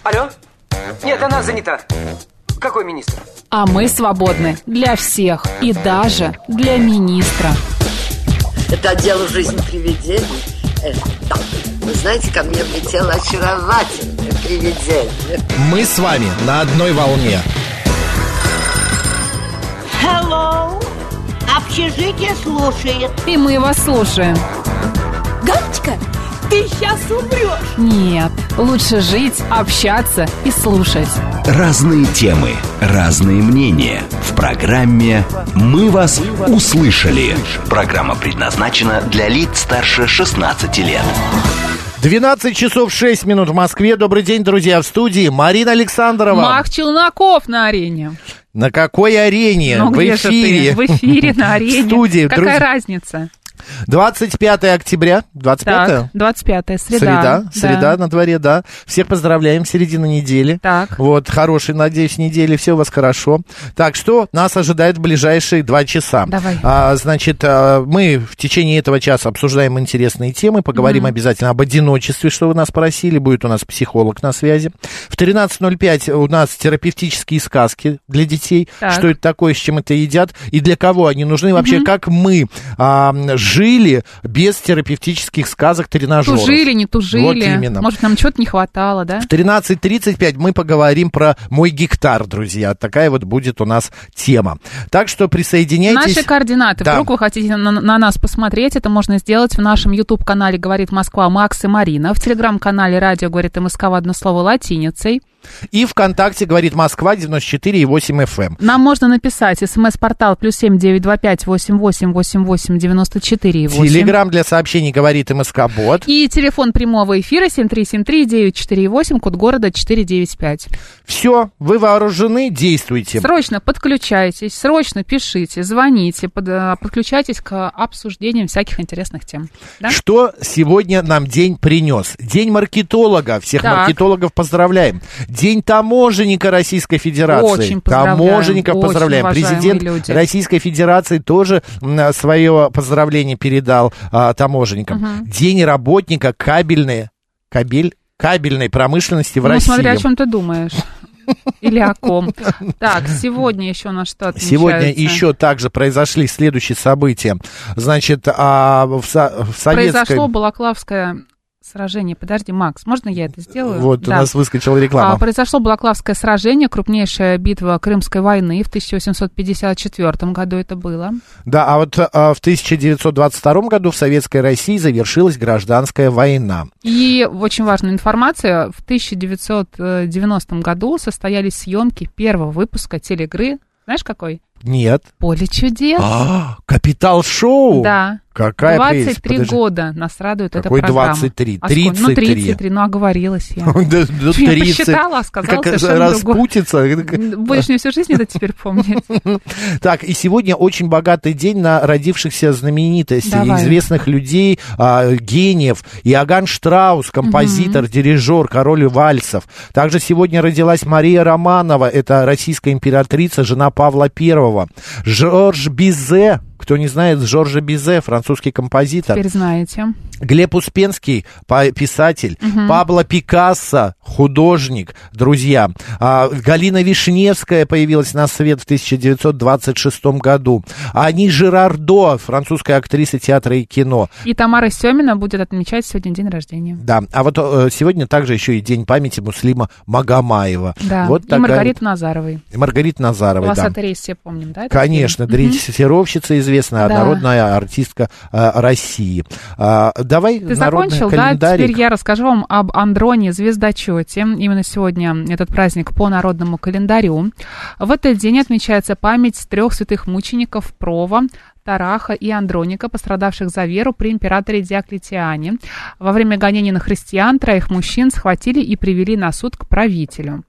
Алло? Нет, она занята. Какой министр? А мы свободны для всех и даже для министра. Это отдел «Жизнь привидений». Да. Вы знаете, ко мне влетело очаровательное привидение. Мы с вами на одной волне. Hello. Общежитие слушает. И мы вас слушаем. Галочка, ты сейчас умрешь. Нет, лучше жить, общаться и слушать. Разные темы, разные мнения. В программе «Мы вас услышали». Программа предназначена для лиц старше 16 лет. 12 часов 6 минут в Москве. Добрый день, друзья, в студии Марина Александрова. Мах Челноков на арене. На какой арене? Ну, в где эфире. же ты? В эфире, на арене. В студии. Какая Друзья. разница? 25 октября. 25? Так, 25-е, среда. Среда на дворе, да. Всех поздравляем, середина недели. Так. Вот, хорошей, надеюсь, недели, все у вас хорошо. Так, что нас ожидает в ближайшие 2 часа? Давай. Значит, мы в течение этого часа обсуждаем интересные темы, поговорим обязательно об одиночестве, что вы нас просили, будет у нас психолог на связи. В 13:05 у нас терапевтические сказки для детей. Так. Что это такое, с чем это едят и для кого они нужны, вообще, как мы жили без терапевтических сказок, тренажеров. Тужили, не тужили. Вот именно. Может, нам чего-то не хватало, да? В 13:35 мы поговорим про мой гектар, друзья. Такая вот будет у нас тема. Так что присоединяйтесь. Наши координаты. Да. Вдруг вы хотите на нас посмотреть, это можно сделать в нашем YouTube-канале «Говорит Москва» Макс и Марина, в Телеграм-канале «Радио говорит МСК» в одно слово латиницей. И ВКонтакте «Говорит Москва» 94,8 FM. Нам можно написать смс-портал +7 925 88 88 94 8. Телеграм для сообщений «Говорит МСК Бот». И телефон прямого эфира 7373-948, код города 495. Все, вы вооружены, действуйте. Срочно подключайтесь, срочно пишите, звоните, подключайтесь к обсуждениям всяких интересных тем. Да? Что сегодня нам день принес? День маркетолога. Всех маркетологов поздравляем. День таможенника Российской Федерации. Очень поздравляем. Таможенников очень поздравляем. Президент люди. Российской Федерации тоже свое поздравление передал таможенникам. День работника кабельной промышленности в России. Ну, смотря о чем ты думаешь. Или о ком. Так, сегодня еще на что отмечается? Сегодня еще также произошли следующие события. Значит, в советской... Произошло Балаклавское сражение. Подожди, Макс, можно я это сделаю? Вот, да. У нас выскочила реклама. Произошло Балаклавское сражение, крупнейшая битва Крымской войны. В 1854 году это было. Да, а вот в 1922 году в Советской России завершилась гражданская война. И очень важная информация. В 1990 году состоялись съемки первого выпуска телеигры. Знаешь, какой? Нет. «Поле чудес». Капитал-шоу? Да. Какая 23 года нас радует эта программа. Какой 23? 33. Ну, 33, ну, оговорилась я. Да, 30. Я посчитала, сказала совершенно распутица. Будешь мне всю жизнь это теперь помнить. Так, и сегодня очень богатый день на родившихся знаменитостей, известных людей, гениев. Иоганн Штраус, композитор, дирижер, король вальсов. Также сегодня родилась Мария Романова, это российская императрица, жена Павла I. Жорж Бизе. Кто не знает, Жоржа Бизе, французский композитор. Теперь знаете. Глеб Успенский, писатель. Пабло Пикассо, художник, друзья. Галина Вишневская появилась на свет в 1926 году. Ани Жирардо, французская актриса театра и кино. И Тамара Семина будет отмечать сегодня день рождения. Да, а вот сегодня также еще и день памяти Муслима Магомаева. Да, вот и Маргариты Назаровой. Маргарита Назаровой, да. Полосатый рейс все помним, да? Конечно, дрессировщица известная, народная артистка России. Давай ты народный закончил, календарик. да? Теперь я расскажу вам об Андроне Звездочете. Именно сегодня этот праздник по народному календарю. В этот день отмечается память 3 святых мучеников Прова, Тараха и Андроника, пострадавших за веру при императоре Диоклетиане. Во время гонений на христиан 3 мужчин схватили и привели на суд к правителю.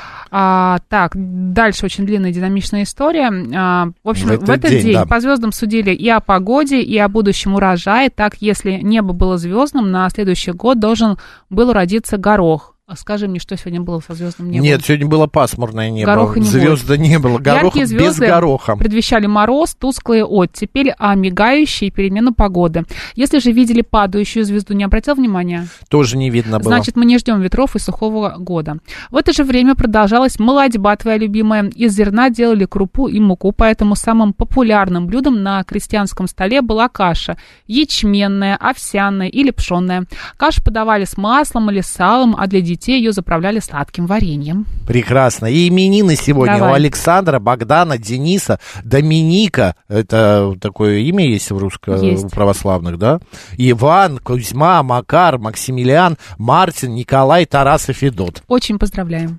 Так, дальше очень длинная динамичная история. В общем, в этот день по звездам судили и о погоде, и о будущем урожае. Так, если небо было звездным, на следующий год должен был уродиться горох. Скажи мне, что сегодня было со звездным небом? Нет, сегодня было пасмурное небо. Гороха не Звезды не было. Горох Яркие без гороха. Предвещали мороз, тусклые оттепель, а мигающие перемену погоды. Если же видели падающую звезду, не обратил внимания? Тоже не видно было. Значит, мы не ждем ветров и сухого года. В это же время продолжалась молодьба твоя любимая. Из зерна делали крупу и муку, поэтому самым популярным блюдом на крестьянском столе была каша. Ячменная, овсяная или пшенная. Кашу подавали с маслом или салом, а для детей ее заправляли сладким вареньем. Прекрасно. И именины сегодня у Александра, Богдана, Дениса, Доминика. Это такое имя есть в у православных, да? Иван, Кузьма, Макар, Максимилиан, Мартин, Николай, Тарас и Федот. Очень поздравляем.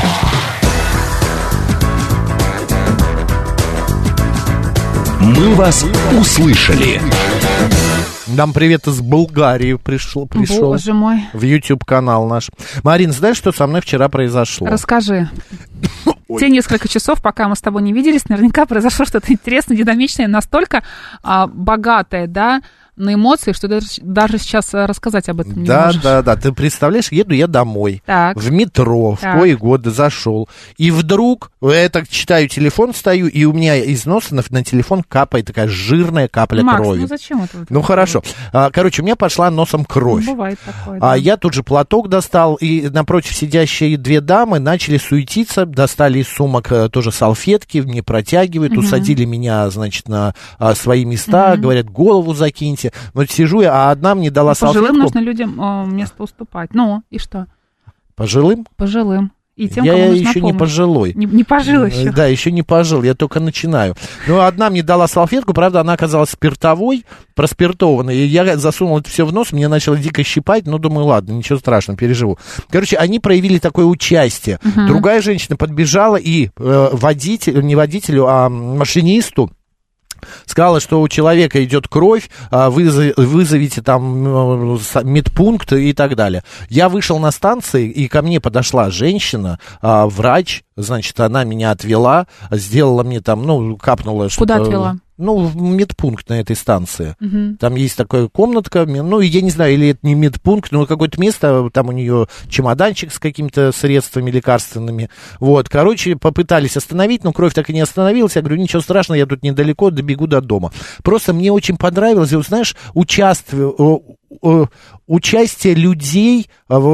Мы вас услышали. Нам привет из Болгарии пришел. Боже мой. В YouTube-канал наш. Марин, знаешь, что со мной вчера произошло? Расскажи. Те несколько часов, пока мы с тобой не виделись, наверняка произошло что-то интересное, динамичное, настолько богатое, да, на эмоции, что даже сейчас рассказать об этом не можешь. Да. Ты представляешь, еду я домой, в метро, в кои годы зашел, и вдруг, я так читаю телефон, стою, и у меня из носа на телефон капает такая жирная капля крови. Ну зачем это? Ну хорошо. Короче, у меня пошла носом кровь. Бывает такое, да. Я тут же платок достал, и напротив сидящие две дамы начали суетиться, достали из сумок тоже салфетки, мне протягивают, усадили меня, значит, на свои места, говорят, голову закиньте. Вот сижу я, а одна мне дала салфетку. Пожилым нужно людям место уступать. Ну, и что? Пожилым? Пожилым. И тем, я кому нужна еще помощь. не пожилой. Не пожил еще. Да, еще не пожил, я только начинаю. Ну, одна мне дала салфетку, правда, она оказалась спиртовой, проспиртованной, и я засунул это все в нос, мне начало дико щипать, но думаю, ладно, ничего страшного, переживу. Короче, они проявили такое участие. Другая женщина подбежала и не водителю, а машинисту сказала, что у человека идет кровь, вызовите там медпункт и так далее. Я вышел на станции, и ко мне подошла женщина, врач, значит, она меня отвела, сделала мне там, капнула что-то. Куда отвела? В медпункт на этой станции. Там есть такая комнатка, я не знаю, или это не медпункт, но какое-то место, там у нее чемоданчик с какими-то средствами лекарственными. Вот, короче, попытались остановить, но кровь так и не остановилась. Я говорю, ничего страшного, я тут недалеко, добегу до дома. Просто мне очень понравилось, вот знаешь, участие людей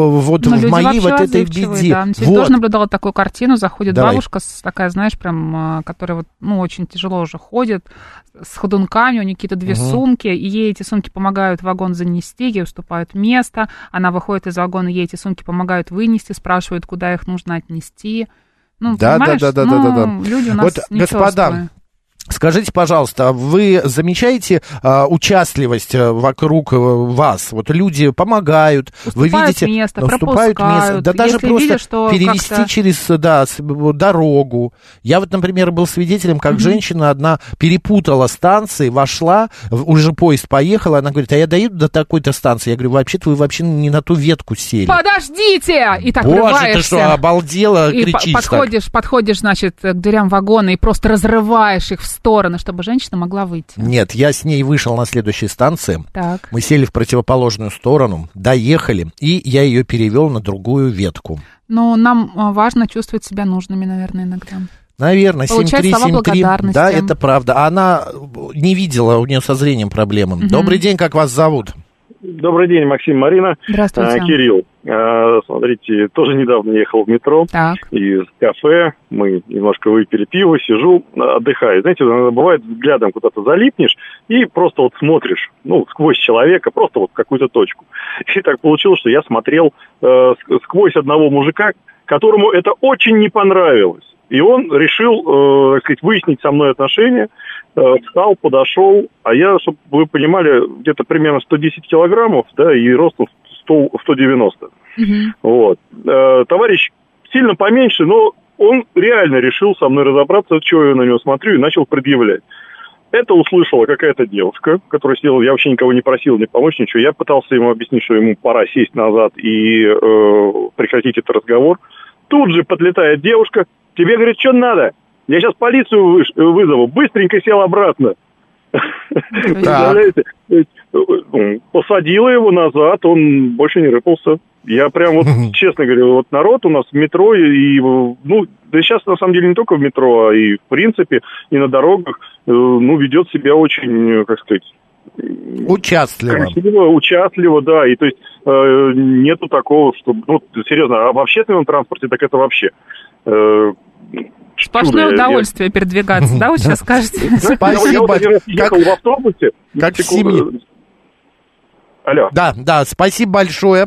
в моей вот этой беде. Да. Я тоже наблюдала такую картину, заходит бабушка, такая, знаешь, прям, которая очень тяжело уже ходит, с ходунками, у нее какие-то две сумки, и ей эти сумки помогают в вагон занести, ей уступают место, она выходит из вагона, ей эти сумки помогают вынести, спрашивают, куда их нужно отнести. Да. Люди у нас господа, скажите, пожалуйста, вы замечаете участливость вокруг вас? Вот люди помогают, вы видите, уступают место, да даже просто видишь, перевести через дорогу. Я вот, например, был свидетелем, как женщина одна перепутала станции, вошла, уже поезд поехал, она говорит, а я доеду до такой-то станции. Я говорю, вообще-то вы вообще не на ту ветку сели. Подождите! И так Боже, врываешься. ты что, обалдела, и кричишь подходишь, значит, к дверям вагона и просто разрываешь их в стороны, чтобы женщина могла выйти. Нет, я с ней вышел на следующей станции. Так. Мы сели в противоположную сторону, доехали, и я ее перевел на другую ветку. Но нам важно чувствовать себя нужными, наверное, иногда. Наверное, 7373. Да, это правда. А она не видела, у нее со зрением проблемы. Добрый день, как вас зовут? Добрый день, Максим, Марина. Здравствуйте. Кирилл. Смотрите, тоже недавно ехал в метро из кафе, мы немножко выпили пиво, сижу, отдыхаю. Знаете, бывает, взглядом куда-то залипнешь и просто вот смотришь, сквозь человека, просто вот в какую-то точку. И так получилось, что я смотрел сквозь одного мужика, которому это очень не понравилось. И он решил, так сказать, выяснить со мной отношения, встал, подошел, а я, чтобы вы понимали, где-то примерно 110 килограммов, да, и ростом 190. Вот. Товарищ сильно поменьше, но он реально решил со мной разобраться, чего я на него смотрю, и начал предъявлять. Это услышала какая-то девушка, которая сидела, я вообще никого не просил, не помочь, ничего. Я пытался ему объяснить, что ему пора сесть назад и прекратить этот разговор. Тут же подлетает девушка, тебе, говорит, что надо? Я сейчас полицию вызову. Быстренько сел обратно. Представляете? посадила его назад, он больше не рыпался. Я прям вот, честно говорю, вот народ у нас в метро, и, ну, да сейчас на самом деле не только в метро, а и в принципе, и на дорогах, ну, ведет себя очень, как сказать... Участливо. Красиво, участливо, да, и то есть нету такого, что, ну, серьезно, а в общественном транспорте так это вообще... Сплошное удовольствие передвигаться, да, вы сейчас скажете? Спасибо. Я ехал в автобусе. Как в семье. Алло. Да, спасибо большое.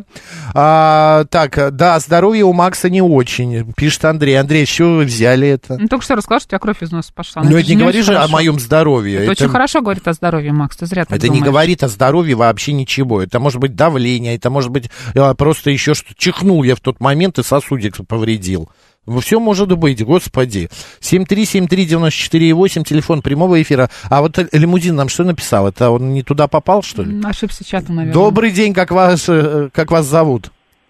Так, да, здоровье у Макса не очень, пишет Андрей. Андрей, с чего вы взяли это? Ну, только что рассказал, что у тебя кровь из носа пошла. Ну, это не говорит же о моем здоровье. Это очень хорошо говорит о здоровье, Макс, ты зря так думаешь. Это не говорит о здоровье вообще ничего. Это может быть давление, это может быть просто еще что-то. Чихнул я в тот момент и сосудик повредил. Все может быть, господи. 7373948, телефон прямого эфира. А вот лимузин нам что написал? Это он не туда попал, что ли? Ошибся чатом, наверное. Добрый день, как вас зовут?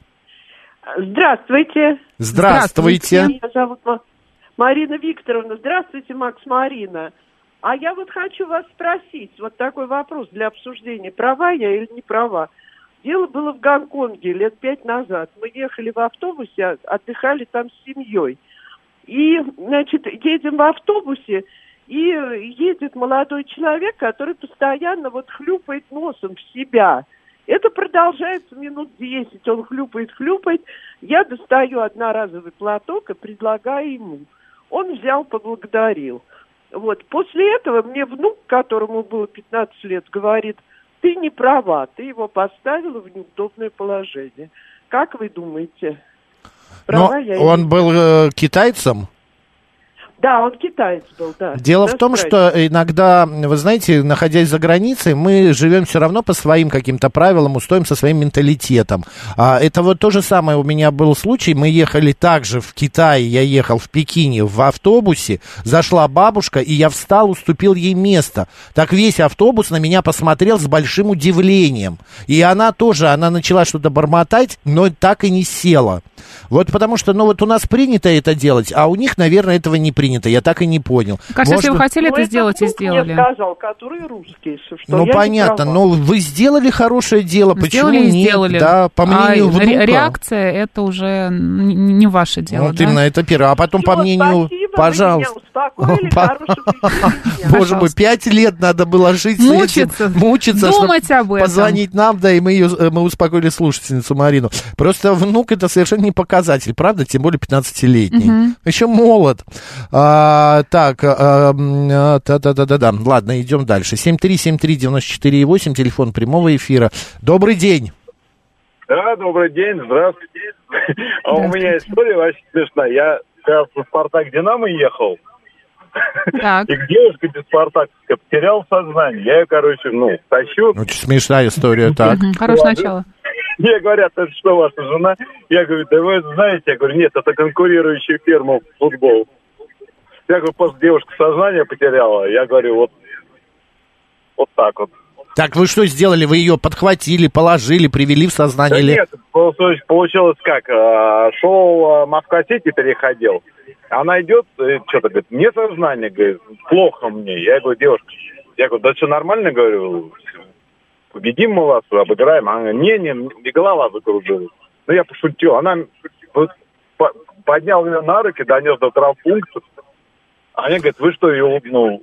Здравствуйте. Здравствуйте. Меня зовут Марина Викторовна. Здравствуйте, Макс, Марина. А я вот хочу вас спросить, вот такой вопрос для обсуждения, права я или не права. Дело было в Гонконге лет 5 назад. Мы ехали в автобусе, отдыхали там с семьей. И, значит, едем в автобусе, и едет молодой человек, который постоянно вот хлюпает носом в себя. Это продолжается минут 10. Он хлюпает. Я достаю одноразовый платок и предлагаю ему. Он взял, поблагодарил. Вот. После этого мне внук, которому было 15 лет, говорит: ты не права, ты его поставила в неудобное положение. Как вы думаете? Права я он был китайцем? Да, он китаец был, да. Дело в том, что иногда, вы знаете, находясь за границей, мы живем все равно по своим каким-то правилам, устоим со своим менталитетом. Это вот то же самое у меня был случай. Мы ехали также в Китае, я ехал в Пекине в автобусе, зашла бабушка, и я встал, уступил ей место. Так весь автобус на меня посмотрел с большим удивлением. И она начала что-то бормотать, но так и не села. Вот потому что, ну вот у нас принято это делать, а у них, наверное, этого не принято. Я так и не понял. Кажется, если вы хотели это сделать, и сделали. Мне сказал, который русский, что ну, понятно, но вы сделали хорошее дело, почему сделали, нет? Сделали. Да, по мнению внука. Реакция, это уже не ваше дело, вот да? Именно, это первое. А потом, по мнению, спасибо, пожалуйста. Хорошего Боже мой, 5 лет надо было жить с этим, мучиться, думать об этом. Позвонить нам, да, и мы успокоили слушательницу Марину. Просто внук это совершенно не показатель, правда? Тем более 15-летний. Еще молод. Так, да. Ладно, идем дальше. 7373948, телефон прямого эфира. Добрый день. Да, добрый день, здравствуйте. А у меня история вообще смешная. Я сейчас в «Спартак» «Динамо» ехал. Так. И девушка без «Спартаковска» потеряла сознание. Я ее, тащу. Очень смешная история, так. Хорошее начало. Мне говорят, это что, ваша жена? Я говорю, да вы знаете, я говорю, нет, это конкурирующая фирма в футбол. Я говорю, после девушка сознание потеряла. Я говорю, вот так вот. Так вы что сделали? Вы ее подхватили, положили, привели в сознание? Да нет, получилось как? Шел Москва-Сити, переходил. Она идет, что-то говорит, мне сознание, говорит, плохо мне. Я говорю, девушка, да что, нормально, говорю, победим мы вас, обыграем. Она говорит, не, голова закружилась. Ну, я пошутил. Она поднял ее на руки, донес до травмпункта. Она говорит, вы что, ее,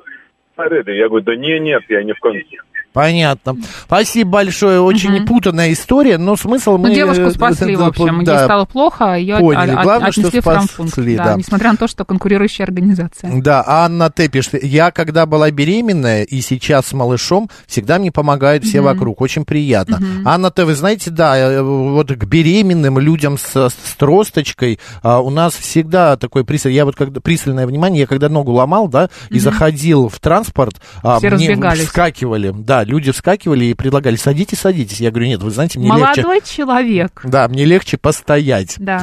я говорю, да нет, я ни в коем случае. Понятно. Спасибо большое. Очень путанная история, но смысл мы... девушку спасли, в общем. Ей стало плохо, ее отнесли в травмпункт. Да, несмотря на то, что конкурирующая организация. Да, Анна Т. пишет, я когда была беременная и сейчас с малышом, всегда мне помогают все вокруг. Очень приятно. Анна Т., вы знаете, да, вот к беременным людям с тросточкой у нас всегда такое пристальное внимание. Я когда ногу ломал, да, и заходил в транспорт, мне вскакивали, да, люди вскакивали и предлагали, садитесь. Я говорю, нет, вы знаете, мне легче... Молодой человек. Да, мне легче постоять. Да.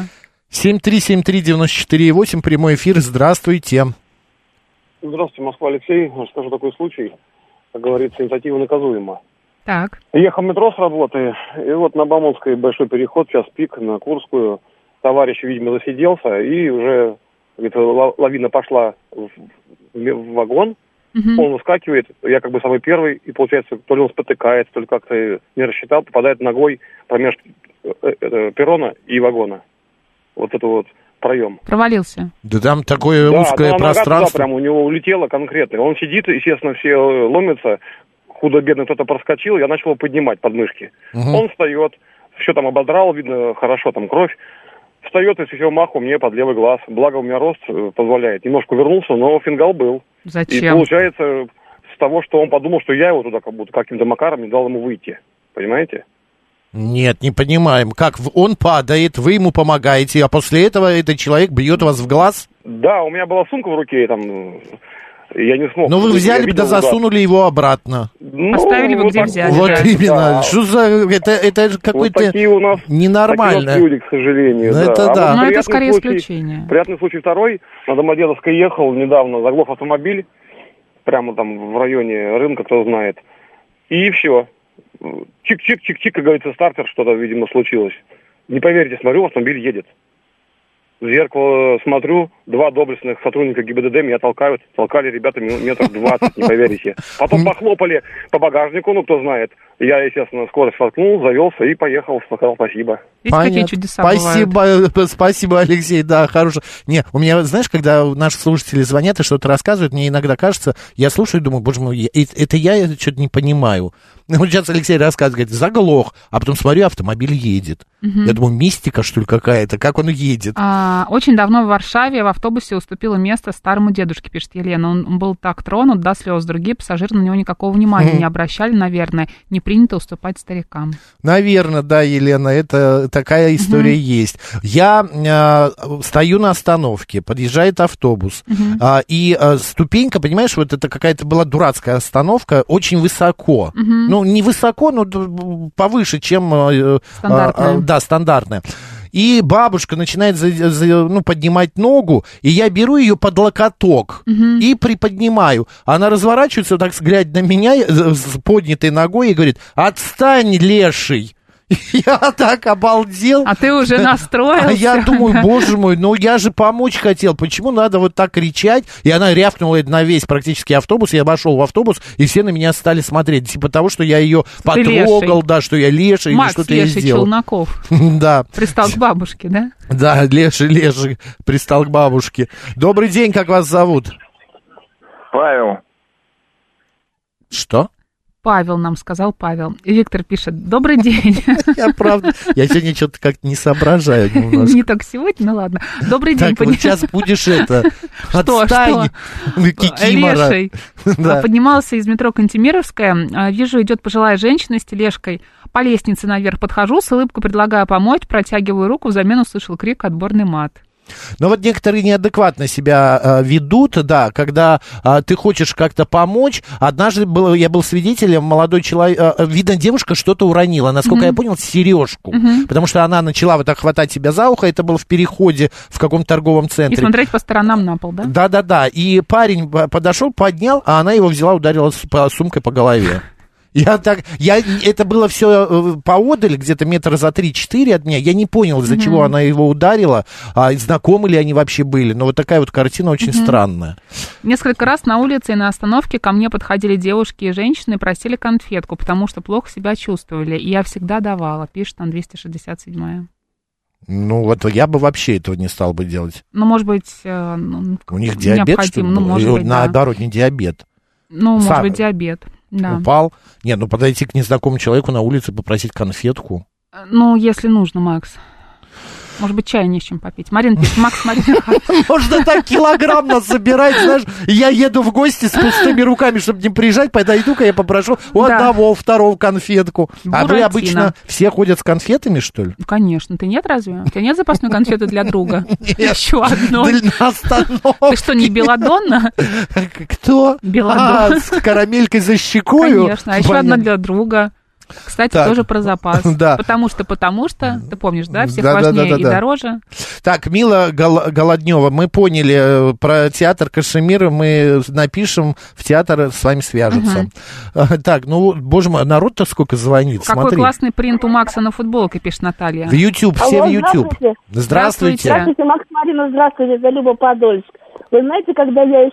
7373948, прямой эфир, здравствуйте. Здравствуйте, Москва, Алексей. Расскажу такой случай. Как говорится, инициатива наказуема. Так. Ехал в метро с работы, и вот на Бауманской большой переход, час пик, на Курскую. Товарищ, видимо, засиделся, и уже лавина пошла в вагон. Он выскакивает, я как бы самый первый, и получается, то ли он спотыкается, то ли как-то не рассчитал, попадает ногой промеж перрона и вагона. Вот это вот проем. Провалился. Да там такое узкое пространство. Нога туда прям у него улетела конкретно. Он сидит, естественно, все ломятся, худо-бедно кто-то проскочил, я начал его поднимать под мышки. Он встает, все там ободрал, видно, хорошо, там кровь. Встает и с всего маху мне под левый глаз. Благо у меня рост позволяет. Немножко увернулся, но фингал был. Зачем? И получается с того, что он подумал, что я его туда как будто каким-то макаром не дал ему выйти. Понимаете? Нет, не понимаем. Как он падает, вы ему помогаете, а после этого этот человек бьет вас в глаз? Да, у меня была сумка в руке, и там я не смог. Но вы взяли, да засунули его обратно. Оставили бы, где взяли. Вот именно. Да. Что за... Это же какой-то вот такие у нас ненормально. Люди, к сожалению. Да. Это да. Но это скорее исключение. Приятный случай второй. На Домодедовской ехал недавно, заглох автомобиль. Прямо там в районе рынка, кто знает. И все. Чик-чик-чик-чик, как говорится, стартер, что-то, видимо, случилось. Не поверите, смотрю, автомобиль едет. В зеркало смотрю, 2 доблестных сотрудника ГИБДД меня толкают. Толкали ребята метров 20, не поверите. Потом похлопали по багажнику, ну, кто знает. Я, естественно, скорость воткнул, завелся и поехал, сказал спасибо. Видите, какие чудеса бывают. Спасибо, Алексей, да, хорошо. Не, у меня, знаешь, когда наши слушатели звонят и что-то рассказывают, мне иногда кажется, я слушаю и думаю, боже мой, это я что-то не понимаю. Вот сейчас Алексей рассказывает, говорит, заглох, а потом смотрю, автомобиль едет. Я думаю, мистика, что ли, какая-то, как он едет. Очень давно в Варшаве в автобусе уступило место старому дедушке, пишет Елена. Он был так тронут до слез. Другие пассажиры на него никакого внимания не обращали, наверное. Не принято уступать старикам. Наверное, да, Елена, это такая история есть. Я стою на остановке, подъезжает автобус, и ступенька, понимаешь, вот это какая-то была дурацкая остановка, очень высоко. Ну, не высоко, но повыше, чем... Стандартная. Да, стандартная. И бабушка начинает поднимать ногу, и я беру ее под локоток и приподнимаю. Она разворачивается, так глядя на меня с поднятой ногой и говорит: «Отстань, леший!» Я так обалдел. А ты уже настроился. А я думаю, боже мой, ну я же помочь хотел. Почему надо вот так кричать? И она рявкнула на весь практически автобус. Я вошел в автобус, и все на меня стали смотреть. Типа того, что я ее потрогал, да, что я леший, или что-то я сделал. Челноков. Да. Пристал к бабушке, да? Да, леший пристал к бабушке. Добрый день, как вас зовут? Павел. Что? Павел нам сказал, Павел. И Виктор пишет: добрый день. Я правда, я сегодня что-то как-то не соображаю немножко. Не только сегодня, ну ладно. Добрый день. Так, вот сейчас будешь отстань, кикимора. Леший. Поднимался из метро Кантемировская. Вижу, идет пожилая женщина с тележкой. По лестнице наверх подхожу, с улыбкой предлагаю помочь, протягиваю руку, взамен услышал крик, отборный мат. Но вот некоторые неадекватно себя ведут, да, когда ты хочешь как-то помочь. Однажды я был свидетелем, молодой человек, видно, девушка что-то уронила, насколько я понял, сережку, потому что она начала вот так хватать себя за ухо, это было в переходе в каком-то торговом центре. И смотреть по сторонам на пол, да? Да-да-да, и парень подошел, поднял, а она его взяла, ударила сумкой по голове. Это было все поодаль, где-то метра за 3-4 от меня. Я не понял, из-за чего она его ударила, знакомы ли они вообще были. Но вот такая вот картина очень странная. Несколько раз на улице и на остановке ко мне подходили девушки и женщины и просили конфетку, потому что плохо себя чувствовали. И я всегда давала, пишет там 267-я. Ну, вот я бы вообще этого не стал бы делать. Ну, может быть, у них диабет, что ли? Ну, может быть, наоборот, не диабет. Ну, может быть, диабет. Да. Упал. Не, ну подойти к незнакомому человеку на улице, попросить конфетку. Ну, если нужно, Макс. Может быть, чай не с чем попить. Марина пишет: Макс, Марина. Можно так килограмм нас забирать, знаешь. Я еду в гости с пустыми руками, чтобы не приезжать. Подойду-ка я попрошу у одного, второго конфетку. А вы обычно все ходят с конфетами, что ли? Конечно. Ты нет разве? У тебя нет запасной конфеты для друга? Еще одну. На остановке. Ты что, не Белладонна? Кто? Белладонна. С карамелькой за щекою? Конечно. А еще одна для друга. Кстати, так, тоже про запас. Да. Потому что, ты помнишь, да, всех важнее и дороже. Так, Мила Голоднева, мы поняли про театр Кашемира, мы напишем, в театр с вами свяжутся. Так, ну, боже мой, народ-то сколько звонит, какой смотри. классный принт у Макса на футболке, пишет Наталья. В YouTube, все в YouTube. Здравствуйте. Здравствуйте, Макс, Марина, здравствуйте, это Люба Подольск. Вы знаете, когда я еще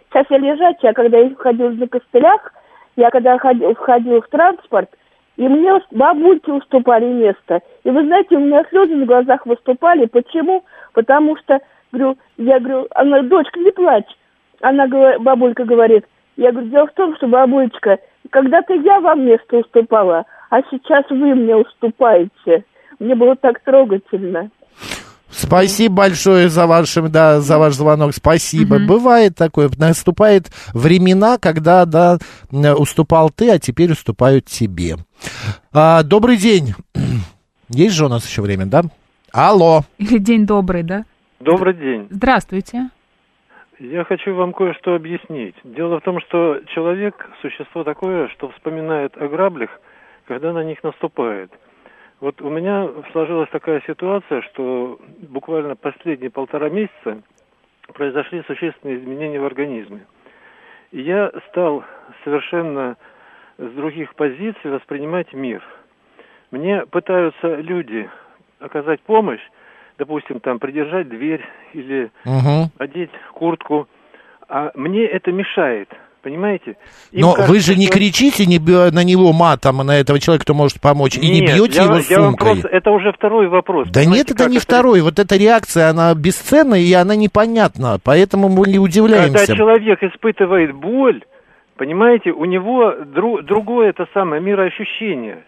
сейчас я лежачая, когда я ходила на костылях, я когда входила в транспорт, и мне бабульки уступали место. И вы знаете, у меня слезы на глазах выступали. Почему? Потому что, я говорю, она, дочка, не плачь. Бабулька говорит, я говорю, дело в том, что, бабулечка, когда-то я вам место уступала, а сейчас вы мне уступаете. Мне было так трогательно. Спасибо большое за ваш звонок. Спасибо. Бывает такое. Наступают времена, когда, уступал ты, а теперь уступают тебе. Добрый день. Есть же у нас еще время, да? Алло. Или день добрый, да? Добрый день. Здравствуйте. Я хочу вам кое-что объяснить. Дело в том, что человек – существо такое, что вспоминает о граблях, когда на них наступает. Вот у меня сложилась такая ситуация, что буквально последние 1,5 месяца произошли существенные изменения в организме. И я стал совершенно с других позиций воспринимать мир. Мне пытаются люди оказать помощь, допустим, там придержать дверь или одеть куртку, а мне это мешает. Понимаете? Но вы же не кричите на него матом, на этого человека, кто может помочь, и не бьете его сумкой. Это уже второй вопрос. Да нет, это не второй. Вот эта реакция, она бесценна, и она непонятна. Поэтому мы не удивляемся. Когда человек испытывает боль, понимаете, у него другое мироощущение.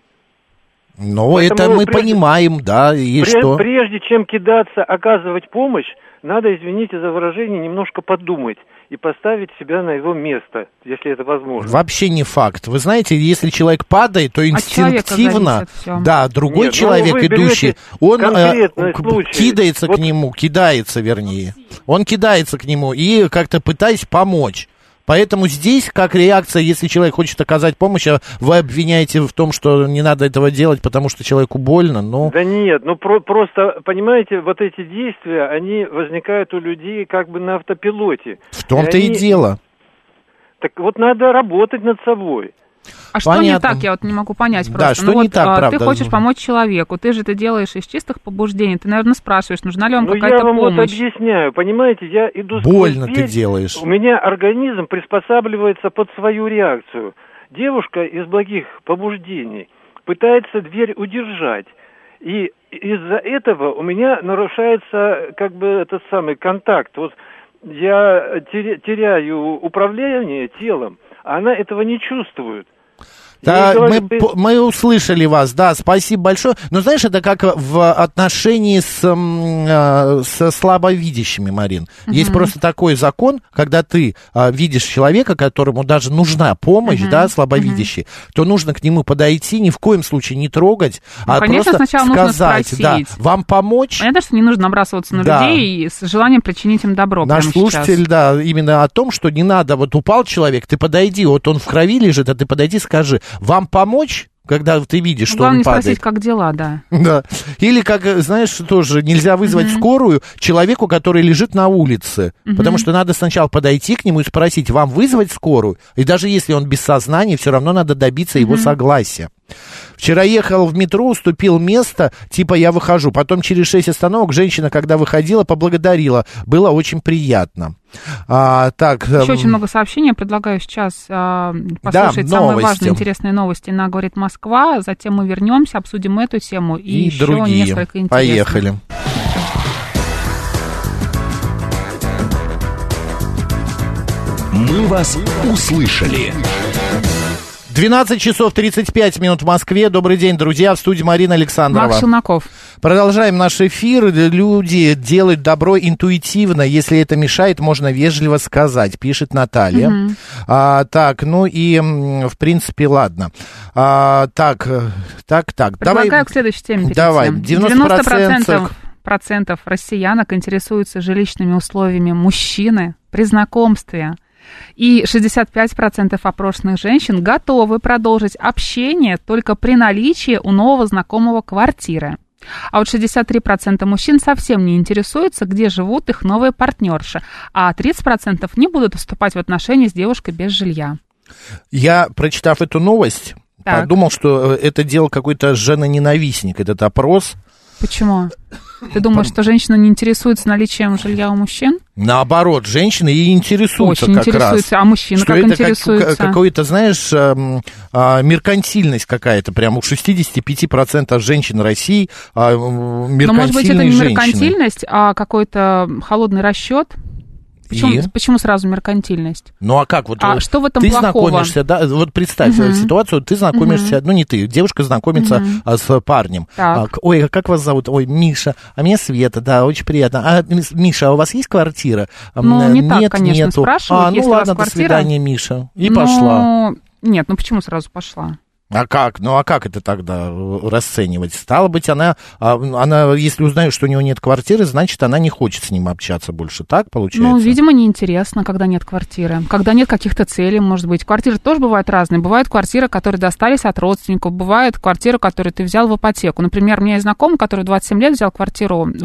Ну, это мы понимаем, да, и что? Прежде чем кидаться, оказывать помощь, надо, извините за выражение, немножко подумать и поставить себя на его место, если это возможно. Вообще не факт. Вы знаете, если человек падает, то инстинктивно, другой человек, идущий, он кидается к нему, он кидается к нему и как-то пытаясь помочь. Поэтому здесь, как реакция, если человек хочет оказать помощь, а вы обвиняете в том, что не надо этого делать, потому что человеку больно, Да нет, просто, понимаете, вот эти действия, они возникают у людей как бы на автопилоте. В том-то и дело. Так вот надо работать над собой. А что не так, я вот не могу понять просто. Да, что не так, правда. Ты хочешь помочь человеку, ты же это делаешь из чистых побуждений, ты, наверное, спрашиваешь, нужна ли вам какая-то помощь. Я вам объясняю, понимаете, я иду больно ты делаешь. У меня организм приспосабливается под свою реакцию. Девушка из благих побуждений пытается дверь удержать, и из-за этого у меня нарушается этот самый контакт. Вот я теряю управление телом, а она этого не чувствует. Да, мы услышали вас, да, спасибо большое. Но знаешь, это как в отношении со слабовидящими, Марин. Есть просто такой закон, когда ты видишь человека, которому даже нужна помощь, слабовидящий, то нужно к нему подойти, ни в коем случае не трогать, а конечно, просто сказать, вам помочь. Понятно, что не нужно набрасываться на людей с желанием причинить им добро. Наш слушатель, именно о том, что не надо, вот упал человек, ты подойди, вот он в крови лежит, а ты подойди, скажи, вам помочь, когда ты видишь, что он падает? Главное спросить, как дела, да. Да. Или, как, знаешь, тоже нельзя вызвать скорую человеку, который лежит на улице, потому что надо сначала подойти к нему и спросить, вам вызвать скорую? И даже если он без сознания, все равно надо добиться его согласия. Вчера ехал в метро, уступил место, типа я выхожу. Потом через 6 остановок женщина, когда выходила, поблагодарила. Было очень приятно. Еще очень много сообщений. Предлагаю сейчас послушать самые важные, интересные новости на «Говорит Москва». Затем мы вернемся, обсудим эту тему и еще другие. Несколько интересных. Поехали. Мы вас услышали. 12 часов 35 минут в Москве. Добрый день, друзья. В студии Марина Александрова. Макс Челноков. Продолжаем наш эфир. Люди делают добро интуитивно. Если это мешает, можно вежливо сказать, пишет Наталья. В принципе, ладно. Предлагаю к следующей теме перейти. Давай, 90% россиянок интересуются жилищными условиями мужчины при знакомстве. И 65% опрошенных женщин готовы продолжить общение только при наличии у нового знакомого квартиры. А вот 63% мужчин совсем не интересуются, где живут их новые партнерши, а 30% не будут вступать в отношения с девушкой без жилья. Я, прочитав эту новость, подумал, что это делал какой-то женоненавистник, этот опрос. Почему? Ты думаешь, что женщина не интересуется наличием жилья у мужчин? Наоборот, женщины и интересуются очень как интересуются. раз. А мужчины что как это интересуются? Какой-то, знаешь, меркантильность какая-то. Прям у 65% женщин России меркантильные женщины. Но, может быть, это не меркантильность, а какой-то холодный расчет? Почему сразу меркантильность? Ну, а как? Вот что в этом ты плохого? Знакомишься, да, вот представь ситуацию, ты знакомишься, ну, не ты, девушка знакомится с парнем. Ой, как вас зовут? Ой, Миша. А меня Света, да, очень приятно. А, Миша, а у вас есть квартира? Ну, не так, нет, конечно, нету. спрашивают, ну, ладно, до свидания, Миша. И пошла. Нет, ну почему сразу пошла? А как? Ну, а как это тогда расценивать? Стало быть, она, если узнает, что у него нет квартиры, значит, она не хочет с ним общаться больше. Так получается? Ну, видимо, неинтересно, когда нет квартиры. Когда нет каких-то целей, может быть. Квартиры тоже бывают разные. Бывают квартиры, которые достались от родственников. Бывают квартиры, которые ты взял в ипотеку. Например, у меня есть знакомый, который в 27 лет взял квартиру в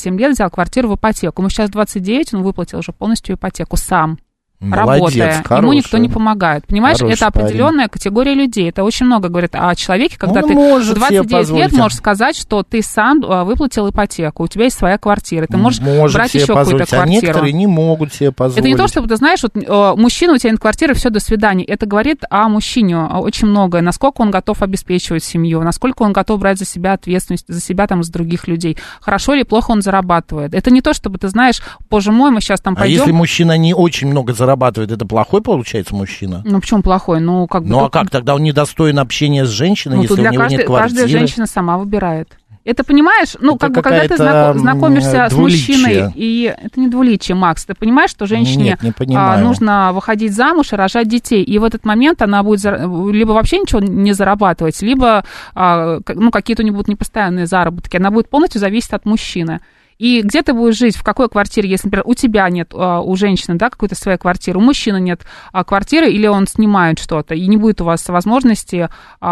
ипотеку. Ему сейчас 29, он выплатил уже полностью ипотеку сам. Работая. Ему никто не помогает. Понимаешь, это определенная категория людей. Это очень много говорит о человеке, когда ты в 29 лет можешь сказать, что ты сам выплатил ипотеку, у тебя есть своя квартира, ты можешь брать еще какую-то квартиру. А некоторые не могут себе позволить. Это не то, чтобы ты знаешь, вот мужчина, у тебя нет квартиры, все, до свидания. Это говорит о мужчине очень многое. Насколько он готов обеспечивать семью, насколько он готов брать за себя ответственность, за себя там, с других людей. Хорошо или плохо он зарабатывает. Это не то, чтобы ты знаешь, боже мой, мы сейчас там пойдем. А если мужчина не очень много зарабатывает, это плохой, получается, мужчина? Ну, почему плохой? Ну, как бы... Ну, а как? Тогда он недостоин общения с женщиной, если у него нет квартиры? Каждая женщина сама выбирает. Это, понимаешь, ну, как бы, когда ты знакомишься с мужчиной, и это не двуличие, Макс, ты понимаешь, что женщине нужно выходить замуж и рожать детей, и в этот момент она будет либо вообще ничего не зарабатывать, либо, ну, какие-то у нее будут непостоянные заработки, она будет полностью зависеть от мужчины. И где ты будешь жить, в какой квартире, если, например, у тебя нет, у женщины, да, какой-то своей квартиры, у мужчины нет квартиры, или он снимает что-то, и не будет у вас возможности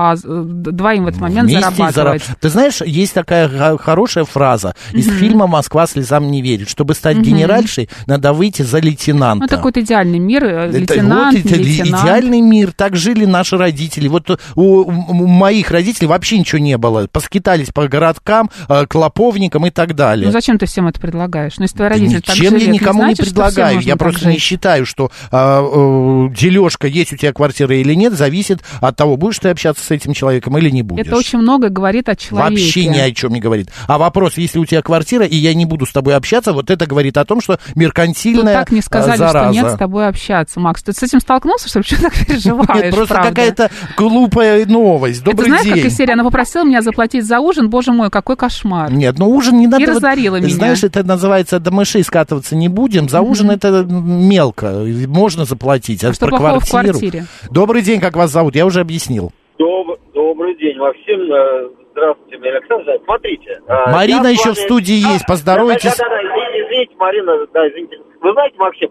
двоим в этот момент зарабатывать. Ты знаешь, есть такая хорошая фраза из фильма «Москва слезам не верит». Чтобы стать генеральшей, надо выйти за лейтенанта. Ну, это какой-то идеальный мир, лейтенант, лейтенант. Идеальный мир, так жили наши родители. Вот у моих родителей вообще ничего не было. Поскитались по городкам, клоповникам и так далее. Ну, зачем ты всем это предлагаешь? Ну, если твои родители так жили, я никому не предлагаю. Я просто не считаю, что дележка, есть у тебя квартира или нет, зависит от того, будешь ты общаться с этим человеком или не будешь. Это очень много говорит о человеке. Вообще ни о чем не говорит. А вопрос, если у тебя квартира, и я не буду с тобой общаться, вот это говорит о том, что меркантильная зараза. Так не сказали, что нет с тобой общаться, Макс. Ты с этим столкнулся, что ли? Что так переживаешь? Нет, просто какая-то глупая новость. Добрый день. Это знаешь, как из серии, она попросила меня заплатить за ужин, боже мой, какой кошмар. Нет, ну ужин не надо. И разорила меня. Знаешь, это называется, до мышей скатываться не будем. За ужин это мелко. Можно заплатить. А что плохого в квартире? Добрый день, как вас зовут? Я уже объяснил. Добрый день, Максим. Здравствуйте, меня Александр. Смотрите. Марина еще в студии есть. Поздоровайтесь. Да, извините, Марина, извините. Вы знаете, Максим,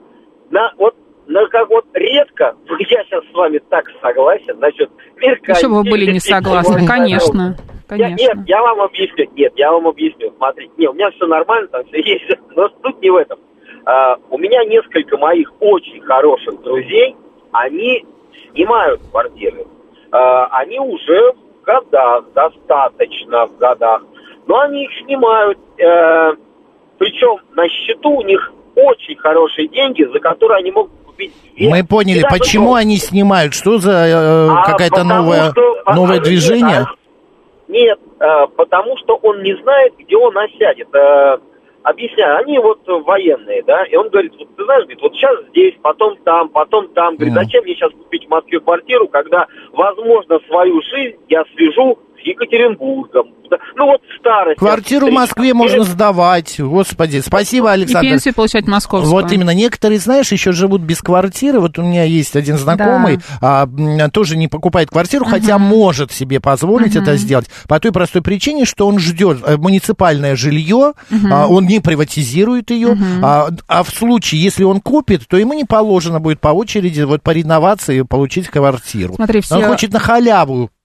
редко я сейчас с вами так согласен насчет меркантильности. Еще бы вы были не согласны, конечно. Нет, я вам объясню. Смотрите, у меня все нормально, там все есть, но суть не в этом. У меня несколько моих очень хороших друзей, они снимают квартиры. Они уже в годах, достаточно в годах, но они их снимают. Причем на счету у них очень хорошие деньги, за которые они могут купить. Мы поняли, почему они снимают? Что за какое-то новое движение? Нет, потому что он не знает, где он осядет. Объясняю, они вот военные, да, и он говорит, вот ты знаешь, говорит, вот сейчас здесь, потом там. Говорит, зачем мне сейчас купить в Москве квартиру, когда, возможно, свою жизнь я свяжу с Екатеринбургом. Ну вот старость. Квартиру в Москве можно сдавать. Господи, спасибо, Александр. И пенсию получать московскую. Вот именно. Некоторые, знаешь, еще живут без квартиры. Вот у меня есть один знакомый, тоже не покупает квартиру, хотя может себе позволить это сделать. По той простой причине, что он ждет муниципальное жилье, он не приватизирует ее, а в случае, если он купит, то ему не положено будет по очереди вот по реновации получить квартиру. Смотри, Он хочет на халяву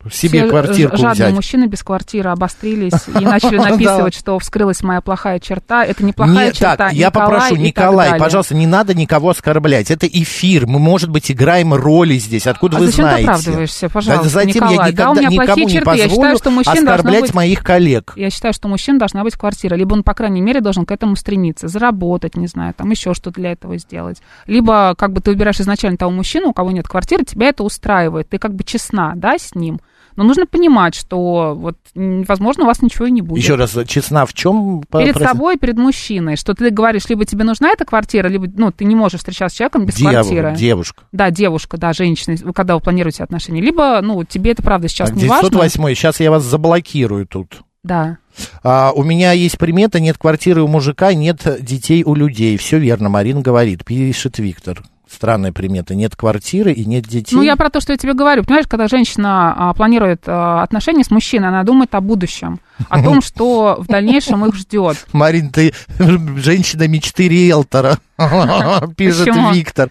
себе квартирку взять. Жадные мужчины без квартиры обострились и начали написывать, что вскрылась моя плохая черта. Это неплохая черта. Так, я попрошу, Николай, пожалуйста, не надо никого оскорблять. Это эфир. Мы, может быть, играем роли здесь. Откуда вы знаете? Зачем ты оправдываешься, пожалуйста, затем Николай? я никогда никому не позволю оскорблять моих коллег. Я считаю, что у мужчин должна быть квартира. Либо он, по крайней мере, должен к этому стремиться. Заработать, не знаю, там еще что-то для этого сделать. Либо, как бы, ты выбираешь изначально того мужчину, у кого нет квартиры, тебя это устраивает. Ты как бы честна, да, с ним. Но нужно понимать, что, вот, возможно, у вас ничего и не будет. Еще раз, честна в чем? Перед собой, перед мужчиной. Что ты говоришь, либо тебе нужна эта квартира, либо, ты не можешь встречаться с человеком без квартиры. Девушка. Да, девушка, да, женщина, когда вы планируете отношения. Либо, тебе это, правда, сейчас не важно. 908-й, сейчас я вас заблокирую тут. Да. У меня есть примета, нет квартиры у мужика, нет детей у людей. Все верно, Марина говорит, пишет Виктор. Странная примета. Нет квартиры и нет детей. Я про то, что я тебе говорю. Понимаешь, когда женщина планирует отношения с мужчиной, она думает о будущем, о том, что в дальнейшем их ждет. Марин, ты женщина мечты риэлтора, пишет Виктор.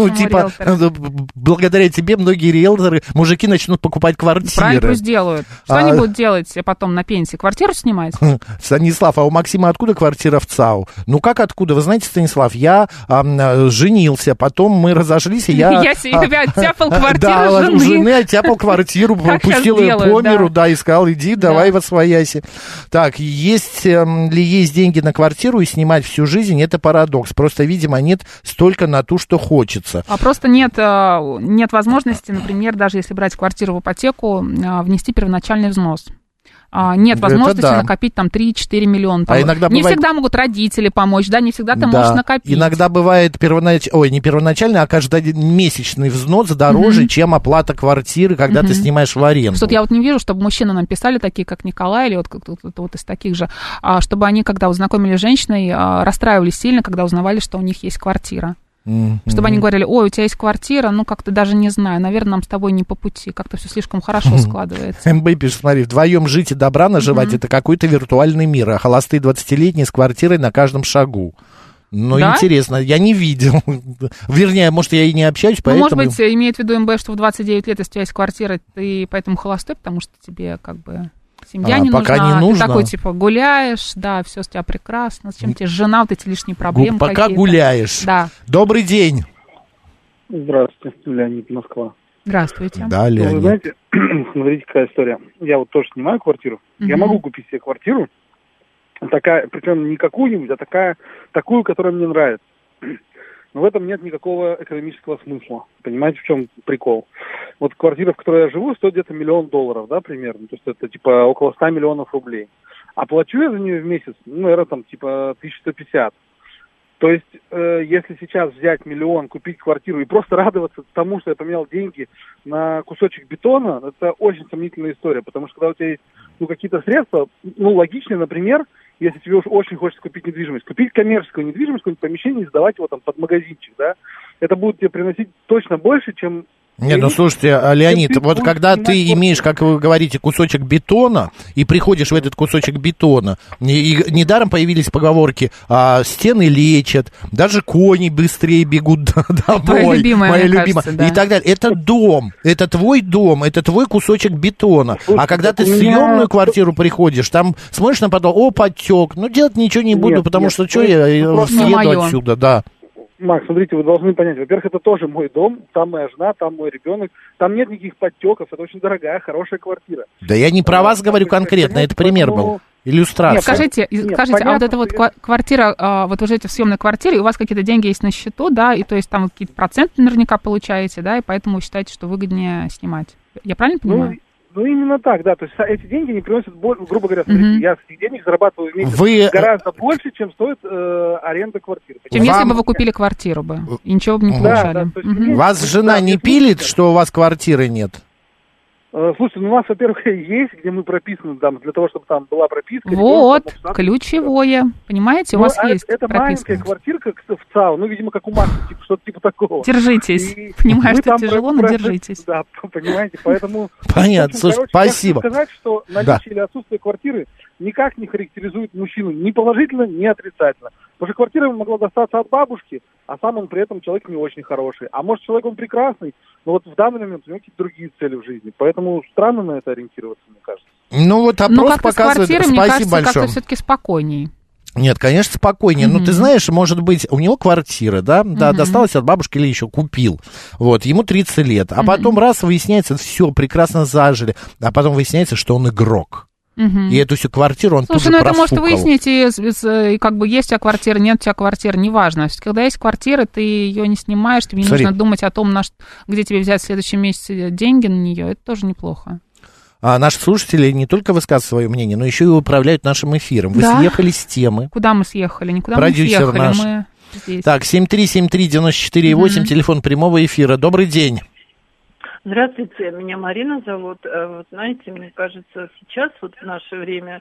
Благодаря тебе многие риэлторы, мужики начнут покупать квартиры. Правильно пусть делают. Что они будут делать потом на пенсии? Квартиру снимать? Станислав, а у Максима откуда квартира в ЦАУ? Как откуда? Вы знаете, Станислав, я женился, потом мы разошлись, и я себе оттяпал квартиру жены. Да, у жены оттяпал квартиру, пустил ее по миру, да, и сказал, иди, давай восвояйся. Так, есть ли есть деньги на квартиру и снимать всю жизнь, это парадокс. Просто, видимо, нет столько на ту, что хочется. А просто нет возможности, например, даже если брать квартиру в ипотеку, внести первоначальный взнос. Нет возможности накопить там 3-4 миллиона. Там. Не всегда могут родители помочь, да, не всегда ты можешь накопить. Иногда бывает не первоначальный, а каждомесячный взнос дороже, чем оплата квартиры, когда ты снимаешь в аренду. Что-то я не вижу, чтобы мужчины нам писали, такие как Николай, или вот из таких же, чтобы они, когда знакомились с женщиной, расстраивались сильно, когда узнавали, что у них есть квартира. Чтобы они говорили, ой, у тебя есть квартира, как-то даже не знаю, наверное, нам с тобой не по пути, как-то все слишком хорошо складывается. МБ пишет, смотри, вдвоем жить и добра наживать, это какой-то виртуальный мир, а холостые 20-летние с квартирой на каждом шагу. Интересно, я не видел. Вернее, может, я и не общаюсь, поэтому... Может быть, имеет в виду МБ, что в 29 лет, если у тебя есть квартира, ты поэтому холостой, потому что тебе как бы... Семья не пока нужна, не нужно. Ты такой, гуляешь, да, все с тебя прекрасно, зачем тебе жена, вот эти лишние проблемы пока какие-то. Гуляешь. Да. Добрый день. Здравствуйте, Леонид, Москва. Здравствуйте. Да, Леонид. Вы знаете, смотрите, какая история. Я вот тоже снимаю квартиру, я могу купить себе квартиру, причем не какую-нибудь, а такую, которая мне нравится. Но в этом нет никакого экономического смысла. Понимаете, в чем прикол? Вот квартира, в которой я живу, стоит где-то $1 миллион, да, примерно. То есть это около 100 миллионов рублей. А плачу я за нее в месяц, наверное, 1150. То есть, если сейчас взять $1 миллион, купить квартиру и просто радоваться тому, что я поменял деньги на кусочек бетона, это очень сомнительная история. Потому что когда у тебя есть какие-то средства, логичнее, например, если тебе уж очень хочется купить недвижимость, купить коммерческую недвижимость, какое-нибудь помещение и сдавать его там под магазинчик, да, это будет тебе приносить точно больше, чем... Нет, слушайте, Леонид, вот когда ты имеешь, как вы говорите, кусочек бетона, и приходишь в этот кусочек бетона, и недаром появились поговорки, стены лечат, даже кони быстрее бегут домой, моя любимая, и так далее. Это дом, это твой дом, это твой кусочек бетона. А когда ты в съемную квартиру приходишь, там смотришь на потолок, потек, делать ничего не буду, потому что что я съеду отсюда, да. Макс, смотрите, вы должны понять, во-первых, это тоже мой дом, там моя жена, там мой ребенок, там нет никаких подтеков, это очень дорогая, хорошая квартира. Да я не про вас говорю конкретно, это пример был, иллюстрация. Скажите, а вот эта вот квартира, вот вы живете в съемной квартире, у вас какие-то деньги есть на счету, да, и то есть там какие-то проценты наверняка получаете, да, и поэтому вы считаете, что выгоднее снимать. Я правильно понимаю? Именно так, да. То есть эти деньги не приносят, грубо говоря, смотрите, я с этих денег зарабатываю в месяц гораздо больше, чем стоит аренда квартиры. Чем если бы вы купили квартиру бы, и ничего бы не получали. Вас жена не пилит, что у вас квартиры нет? Слушайте, у нас, во-первых, есть, где мы прописаны, там, для того, чтобы там была прописка. Вот, ключевое. Понимаете, у вас есть это прописка. маленькая квартирка в ЦАУ, видимо, как у Маши, что-то типа такого. Держитесь. Понимаю, что тяжело, но держитесь. Да, понимаете, поэтому... Понятно, слушай, спасибо. Хочу сказать, что наличие или отсутствие квартиры никак не характеризует мужчину ни положительно, ни отрицательно. Потому что квартира ему могла достаться от бабушки, а сам он при этом человек не очень хороший. А может, человек он прекрасный, но вот в данный момент у него какие-то другие цели в жизни. Поэтому странно на это ориентироваться, мне кажется. Ну вот опрос показывает, спасибо мне кажется, большое. как-то все-таки спокойней. Нет, конечно, спокойнее. Ну, ты знаешь, может быть, у него квартира, да, досталась от бабушки или еще купил. Вот, ему 30 лет. А потом раз выясняется, все, прекрасно зажили. А потом выясняется, что он игрок. И эту всю квартиру он тут же профукал. Это может выяснить, и как бы есть у тебя квартира, нет у тебя квартиры, неважно. Когда есть квартира, ты ее не снимаешь, тебе не нужно думать о том, где тебе взять в следующем месяце деньги на нее. Это тоже неплохо. А наши слушатели не только высказывают свое мнение, но еще и управляют нашим эфиром. Вы съехали с темы. Куда мы съехали? Никуда продюсер мы не съехали, наш. Мы здесь. Так, 7373948, телефон прямого эфира. Добрый день. Здравствуйте, меня Марина зовут. Вот знаете, мне кажется, сейчас вот в наше время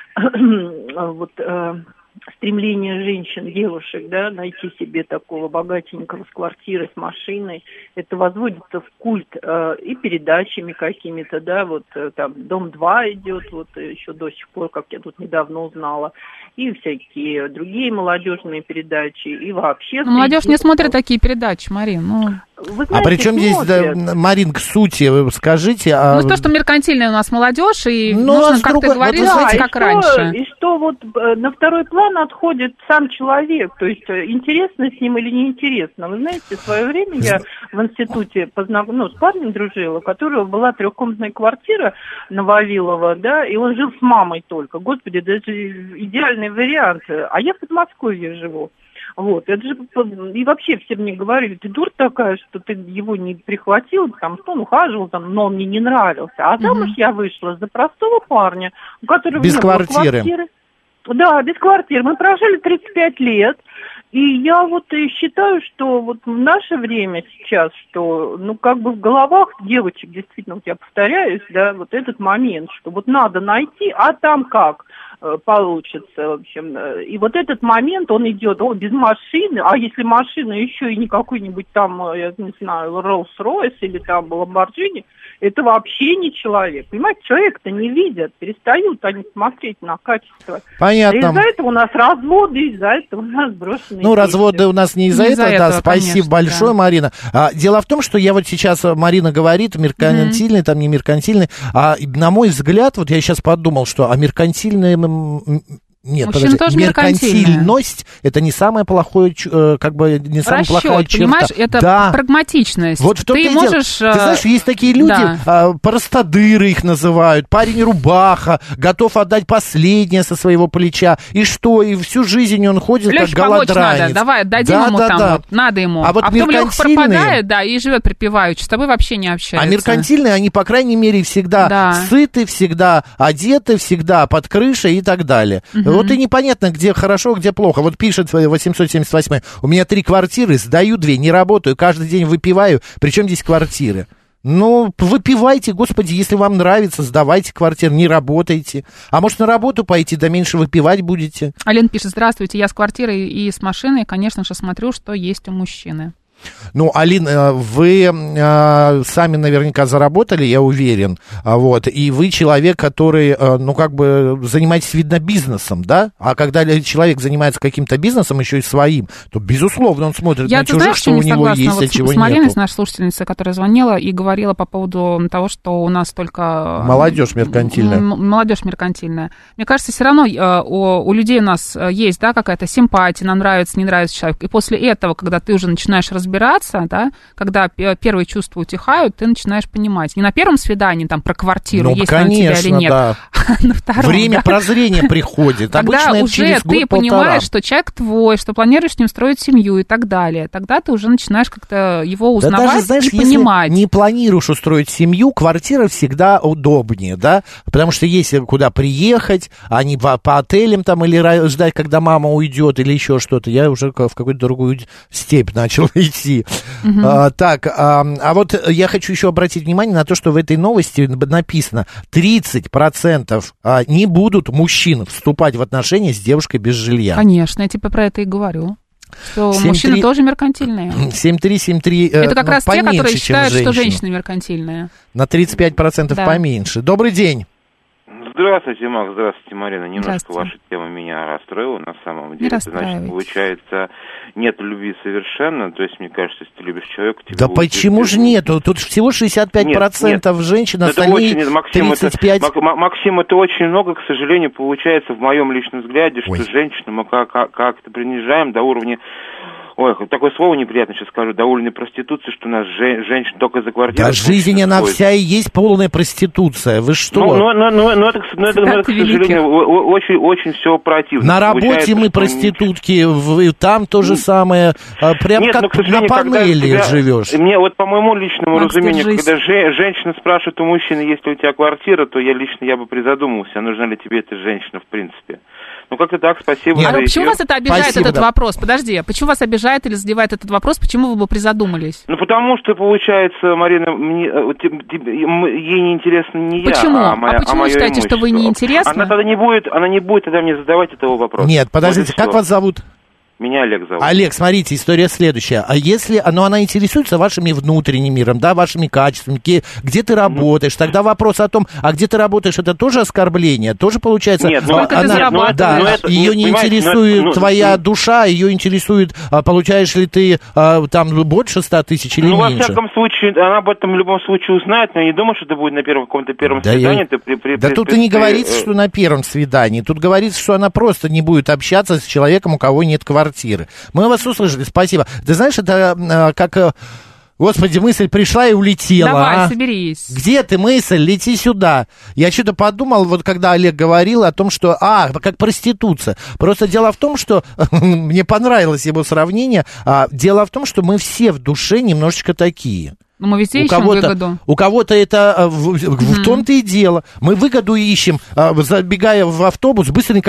стремление женщин, девушек, да, найти себе такого богатенького с квартирой, с машиной, это возводится в культ и передачами какими-то, да, вот там «Дом-2» идет, вот еще до сих пор, как я тут недавно узнала, и всякие другие молодежные передачи, и вообще... Молодежь не смотрит такие передачи, Марин, Вы знаете, а при чем здесь, Марин, к сути, вы скажите... то, что меркантильная у нас молодежь, и нужно, как ты говоришь, жить как раньше. И что вот на второй план отходит сам человек, то есть интересно с ним или неинтересно. Вы знаете, в свое время я в институте с парнем дружила, у которого была трехкомнатная квартира на Вавилова, да, и он жил с мамой только. Господи, даже идеальный вариант. А я в Подмосковье живу. Вот, это же, и вообще все мне говорили, ты дура такая, что ты его не прихватила, потому что он ухаживал, но он мне не нравился. А замуж я вышла за простого парня, у которого без не квартиры. было квартиры. Да, без квартиры. Мы прожили 35 лет. И я вот считаю, что вот в наше время сейчас, что, как бы в головах девочек, действительно, вот я повторяюсь, да, вот этот момент, что вот надо найти, а там как получится, в общем. И вот этот момент, он идет без машины, а если машина еще и не какой-нибудь там, я не знаю, Rolls-Royce или там Lamborghini, это вообще не человек. Понимаете, человека-то не видят, перестают они смотреть на качество. Понятно. Из-за этого у нас разводы, из-за этого у нас брошенные дети. Разводы у нас не из-за этого, да, спасибо конечно, большое, да. Марина. Дело в том, что я вот сейчас, Марина говорит, меркантильный, там не меркантильный, на мой взгляд, вот я сейчас подумал, что меркантильный... Нет, подожди, меркантильность это не самое плохое, как бы не самая плохая черта. Понимаешь, это прагматичность. Вот в том ты можешь... Ты знаешь, есть такие люди, простодыры их называют, парень-рубаха, готов отдать последнее со своего плеча. И что? И всю жизнь он ходит Лёш, как голодранец. Надо, давай, отдадим ему там, вот, надо ему. А потом Лёха пропадает, и живет припеваючи, с тобой вообще не общается. А меркантильные, они, по крайней мере, всегда сыты, всегда одеты, всегда под крышей и так далее. Вот и непонятно, где хорошо, где плохо. Вот пишет 878, у меня 3 квартиры, сдаю 2, не работаю, каждый день выпиваю. Причем здесь квартиры? Выпивайте, господи, если вам нравится, сдавайте квартиру, не работайте. А может, на работу пойти, да меньше выпивать будете? Ален пишет, здравствуйте, я с квартирой и с машиной, конечно же, смотрю, что есть у мужчины. Алин, вы сами наверняка заработали, я уверен, вот, и вы человек, который, занимаетесь, видно, бизнесом, да? А когда человек занимается каким-то бизнесом, еще и своим, то, безусловно, он смотрит на чужих, что у него есть, а чего нету. Мариной, наша слушательница, которая звонила и говорила по поводу того, что у нас только... Молодежь меркантильная. Молодежь меркантильная. Мне кажется, все равно у людей у нас есть, да, какая-то симпатия, нам нравится, не нравится человек. И после этого, когда ты уже начинаешь разбираться, да, когда первые чувства утихают, ты начинаешь понимать. Не на первом свидании там про квартиру, есть она у тебя или нет, да. А на втором. Время прозрения приходит. Когда уже ты понимаешь, что человек твой, что планируешь с ним строить семью и так далее, тогда ты уже начинаешь как-то его узнавать, да, даже, знаешь, и понимать. Если не планируешь устроить семью, квартира всегда удобнее, да, потому что есть куда приехать, а не по отелям там или ждать, когда мама уйдет или еще что-то. Я уже в какую-то другую степь начал идти. Вот я хочу еще обратить внимание на то, что в этой новости написано 30% не будут мужчин вступать в отношения с девушкой без жилья. Конечно, я тебе про это и говорю. Что мужчины тоже меркантильные. 7-3-7-3. Это как раз те, которые считают, что женщины меркантильные. На 35% поменьше. Добрый день. Здравствуйте, Макс, здравствуйте, Марина. Немножко ваша тема меня расстроила на самом деле. Значит, получается, нет любви совершенно. То есть, мне кажется, если ты любишь человека... Да почему же нету? Тут всего 65% женщин, остальные 35%. Максим, это очень много, к сожалению, получается в моем личном взгляде, что женщину мы как-то принижаем до уровня... Ой, такое слово неприятное сейчас скажу, до уровня проституции, что у нас женщин только за квартиру... Да, жизнь она вся и есть полная проституция, вы что? Это, к сожалению, очень все противно. На работе мы проститутки, там то же самое, прям нет, как на панели живешь. Мне вот по моему личному разумению, когда женщина спрашивает у мужчины, есть ли у тебя квартира, то я бы призадумался, нужна ли тебе эта женщина в принципе. Ну, как-то так, спасибо. А почему вас это обижает, этот вопрос? Подожди, почему вас обижает или задевает этот вопрос? Почему вы бы призадумались? Ну, потому что, получается, Марина, ей не интересно не я, почему? Почему вы считаете, что вы не интересны? Она не будет тогда мне задавать этого вопроса. Нет, подождите, как вас зовут? Меня Олег зовут. Олег, смотрите, история следующая. А если она интересуется вашими внутренним миром, да, вашими качествами, где ты работаешь, тогда вопрос о том, а где ты работаешь, это тоже оскорбление? Тоже получается... Нет, сколько ты зарабатываешь? Да, ее не интересует твоя душа, ее интересует, получаешь ли ты там больше 100 тысяч или меньше? Во всяком случае, она об этом в любом случае узнает, но я не думаю, что это будет на каком-то первом свидании. Да тут и не говорится, что на первом свидании, тут говорится, что она просто не будет общаться с человеком, у кого нет квартиры. Мы вас услышали, спасибо. Ты знаешь, это как... Господи, мысль пришла и улетела. Давай, соберись. Где ты, мысль? Лети сюда. Я что-то подумал, вот когда Олег говорил о том, что... как проституция. Просто дело в том, что... Мне понравилось его сравнение. Дело в том, что мы все в душе немножечко такие. Но мы везде ищем выгоду. У кого-то это в том-то и дело. Мы выгоду ищем, забегая в автобус, быстренько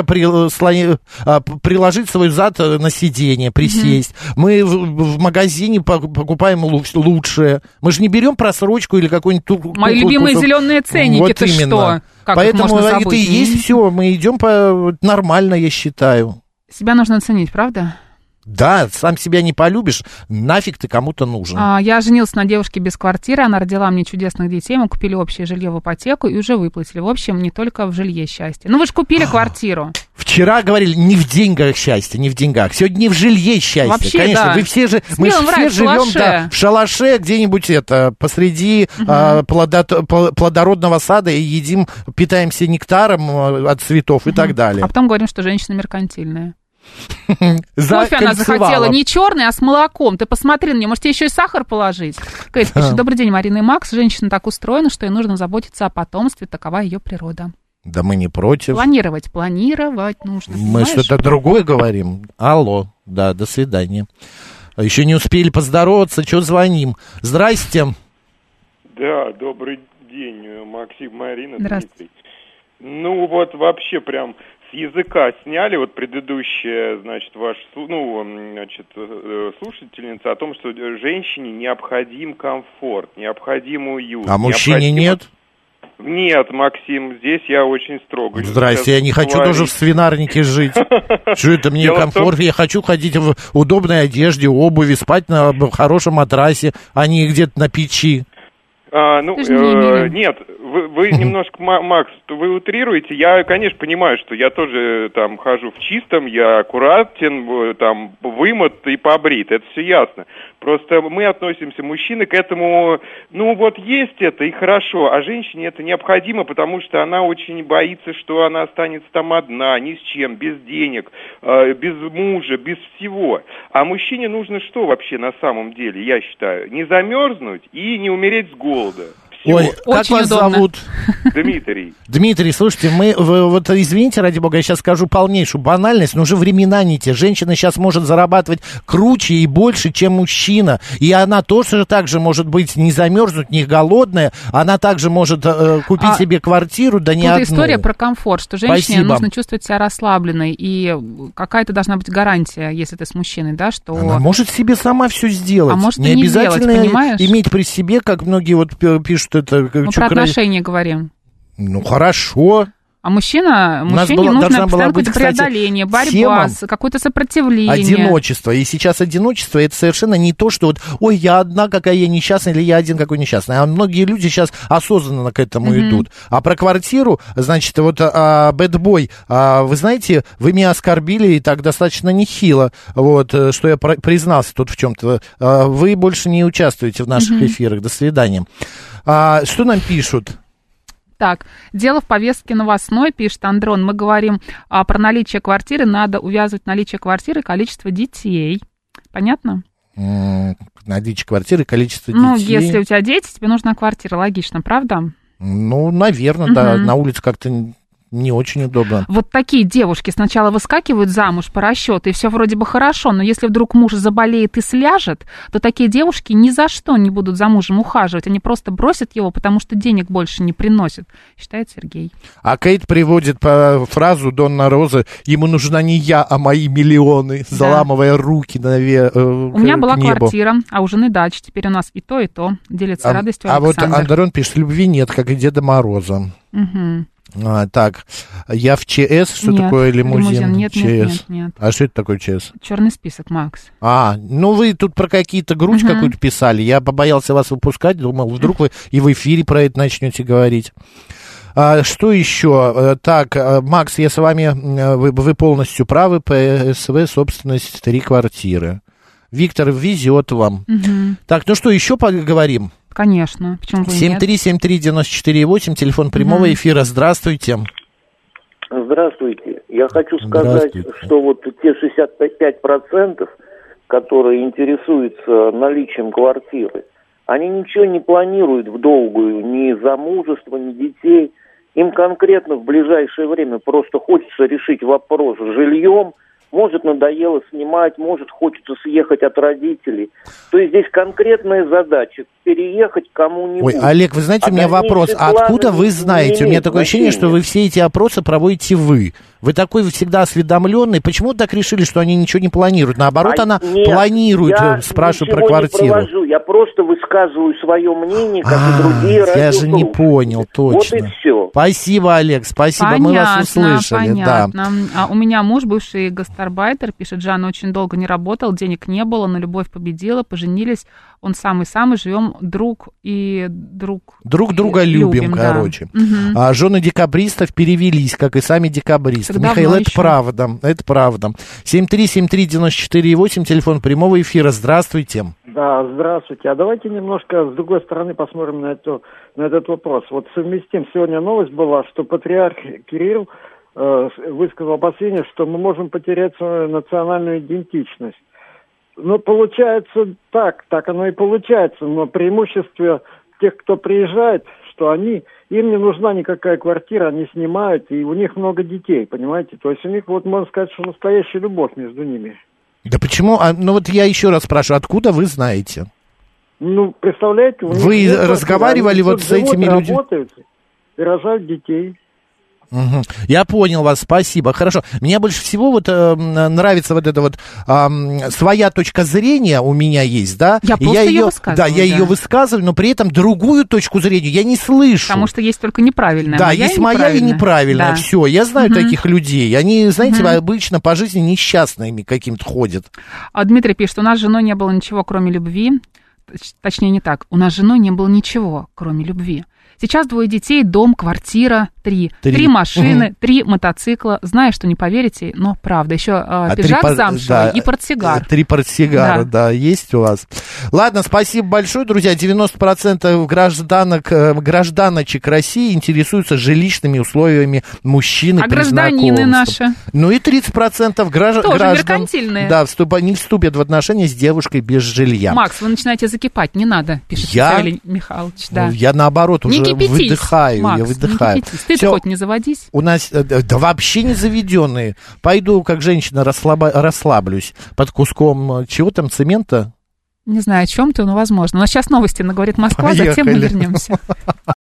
приложить свой зад на сиденье, присесть. Мы в магазине покупаем лучшее. Мы же не берем просрочку или какой-нибудь... Мои любимые зеленые ценники, вот это именно. Что? Как поэтому это и есть все. Мы идем нормально, я считаю. Себя нужно ценить, правда? Да, сам себя не полюбишь, нафиг ты кому-то нужен. Я женился на девушке без квартиры, она родила мне чудесных детей, мы купили общее жилье в ипотеку и уже выплатили. В общем, не только в жилье счастье. Ну, вы же купили квартиру. Вчера говорили, не в деньгах счастье, не в деньгах. Сегодня в жилье счастье. Вообще, конечно, да. мы все живем в шалаше где-нибудь посреди плодородного сада и едим, питаемся нектаром от цветов и так далее. А потом говорим, что женщина меркантильная. Кофе она захотела не черный, а с молоком. Ты посмотри на нее, может, тебе еще и сахар положить. Кейт пишет: добрый день, Марина и Макс. Женщина так устроена, что ей нужно заботиться о потомстве. Такова ее природа. Да мы не против. Планировать нужно. Мы что-то другое говорим. Алло, да, до свидания. Еще не успели поздороваться, что звоним? Здрасте. Да, добрый день, Максим, Марина, Дмитрий. Ну вот вообще прям... С языка сняли вот предыдущая, ваша, слушательница о том, что женщине необходим комфорт, необходим уют. А мужчине нет? Нет, Максим, здесь я очень строго. Здрасте, я не хочу тоже в свинарнике жить. Что это мне комфорт? Я хочу ходить в удобной одежде, обуви, спать на хорошем матрасе, а не где-то на печи. Нет, вы немножко, Макс, вы утрируете. Я, конечно, понимаю, что я тоже там хожу в чистом, я аккуратен, там вымыт и побрит, это все ясно. Просто мы относимся, мужчины, к этому, есть это и хорошо, а женщине это необходимо, потому что она очень боится, что она останется там одна, ни с чем, без денег, без мужа, без всего. А мужчине нужно что вообще на самом деле, я считаю? Не замерзнуть и не умереть с голода. Ой, как вас зовут? Дмитрий. Дмитрий, слушайте, вот извините, ради бога, я сейчас скажу полнейшую банальность, но уже времена не те. Женщина сейчас может зарабатывать круче и больше, чем мужчина. И она тоже так же может быть не замерзнуть, не голодная. Она также может купить себе квартиру, да не одну. Тут история про комфорт, что женщине нужно чувствовать себя расслабленной. И какая-то должна быть гарантия, если ты с мужчиной, да, что... Она может себе сама все сделать. А может не и не обязательно делать, понимаешь? Иметь при себе, как многие вот пишут, это... Мы про отношения говорим. Ну, хорошо. А мужчине нужно постоянно какое-то преодоление, борьба, какое-то сопротивление. Одиночество. И сейчас одиночество, это совершенно не то, что вот, ой, я одна, какая я несчастная, или я один, какой несчастный. А многие люди сейчас осознанно к этому идут. А про квартиру, значит, вот, бэдбой, вы знаете, вы меня оскорбили, и так достаточно нехило, вот, что я признался тут в чем-то. Вы больше не участвуете в наших эфирах. До свидания. Что нам пишут? Так, дело в повестке новостной, пишет Андрон. Мы говорим про наличие квартиры. Надо увязывать наличие квартиры и количество детей. Понятно? Наличие квартиры и количество детей. Ну, если у тебя дети, тебе нужна квартира. Логично, правда? Ну, наверное, да. На улице как-то не очень удобно. Вот такие девушки сначала выскакивают замуж по расчету, и все вроде бы хорошо, но если вдруг муж заболеет и сляжет, то такие девушки ни за что не будут за мужем ухаживать. Они просто бросят его, потому что денег больше не приносит, считает Сергей. А Кейт приводит фразу Донна Роза: ему нужна не я, а мои миллионы, заламывая руки наверх. У меня была квартира, а у жены дача. Теперь у нас и то, делится радостью Александр. А вот Андрон пишет: любви нет, как и Деда Мороза. Так, я в ЧС, что такое лимузин? Нет, ЧС. Нет. А что это такое ЧС? Черный список, Макс. Ну вы тут про какие-то грудь какую-то писали, я побоялся вас выпускать, думал, вдруг вы и в эфире про это начнете говорить. Что еще? Так, Макс, я с вами, вы полностью правы, ПСВ, собственность 3 квартиры. Виктор, везет вам. Так, ну что, еще поговорим? Конечно, почему бы нет? 7373948, телефон прямого эфира. Здравствуйте. Здравствуйте. Я хочу сказать, что вот те 65%, которые интересуются наличием квартиры, они ничего не планируют в долгую, ни замужество, ни детей. Им конкретно в ближайшее время просто хочется решить вопрос с жильем. Может, надоело снимать, может, хочется съехать от родителей. То есть здесь конкретная задача – переехать к кому-нибудь. Ой, Олег, вы знаете, у меня вопрос. А откуда вы знаете? У меня такое ощущение, что вы все эти опросы проводите вы. Вы такой всегда осведомленный. Почему так решили, что они ничего не планируют? Наоборот, она планирует, спрашиваю про квартиру. Я не провожу, я просто высказываю свое мнение, как и другие радиослушатели. Я же не понял, точно. Вот и все. Спасибо, Олег, спасибо, понятно, мы вас услышали. Понятно. Да. У меня муж, бывший гастарбайтер, пишет: Жанна, очень долго не работал, денег не было, но любовь победила, поженились, он самый-самый, живем друг друга любим, короче. Да. Жены декабристов перевелись, как и сами декабристы. Михаил, это правда, это правда. 7373948, телефон прямого эфира. Здравствуйте. Да, здравствуйте. А давайте немножко с другой стороны посмотрим на этот вопрос. Вот совместим. Сегодня новость была, что патриарх Кирилл высказал опасение, что мы можем потерять свою национальную идентичность. Ну, получается так оно и получается, но преимущество тех, кто приезжает, что им не нужна никакая квартира, они снимают, и у них много детей, понимаете? То есть у них, вот можно сказать, что настоящая любовь между ними. Да почему? Ну вот я еще раз спрашиваю, откуда вы знаете? Ну, представляете, вы разговаривали вот с этими людьми? Работают и рожают детей. Угу. Я понял вас, спасибо. Хорошо. Мне больше всего вот нравится вот эта вот своя точка зрения у меня есть, да? Я просто ее высказываю. Да, я ее высказываю, но при этом другую точку зрения я не слышу. Потому что есть только неправильная. Да, есть моя и неправильная. Да. Все, я знаю таких людей. Они, знаете, обычно по жизни несчастными каким-то ходят. Дмитрий пишет: у нас с женой не было ничего, кроме любви. Точнее, не так. У нас с женой не было ничего, кроме любви. Сейчас 2 детей, дом, квартира, 3 машины, 3 мотоцикла. Знаю, что не поверите, но правда. Еще пиджак замшевый и портсигар. 3 портсигара, да, есть у вас. Ладно, спасибо большое, друзья. 90% гражданочек России интересуются жилищными условиями мужчины при гражданины знакомстве. наши? Ну и 30% граждан меркантильные. Да, не вступят в отношения с девушкой без жилья. Макс, вы начинаете закипать, не надо, пишет Савелий Михайлович. Да. Я наоборот уже выдыхаю. Макс, я выдыхаю. Ты хоть не заводись. У нас, да вообще не заведенные. Пойду, как женщина, расслаблюсь под куском, чего там, цемента? Не знаю, о чем ты, но возможно. У нас сейчас новости на «Говорит Москва», затем мы вернемся.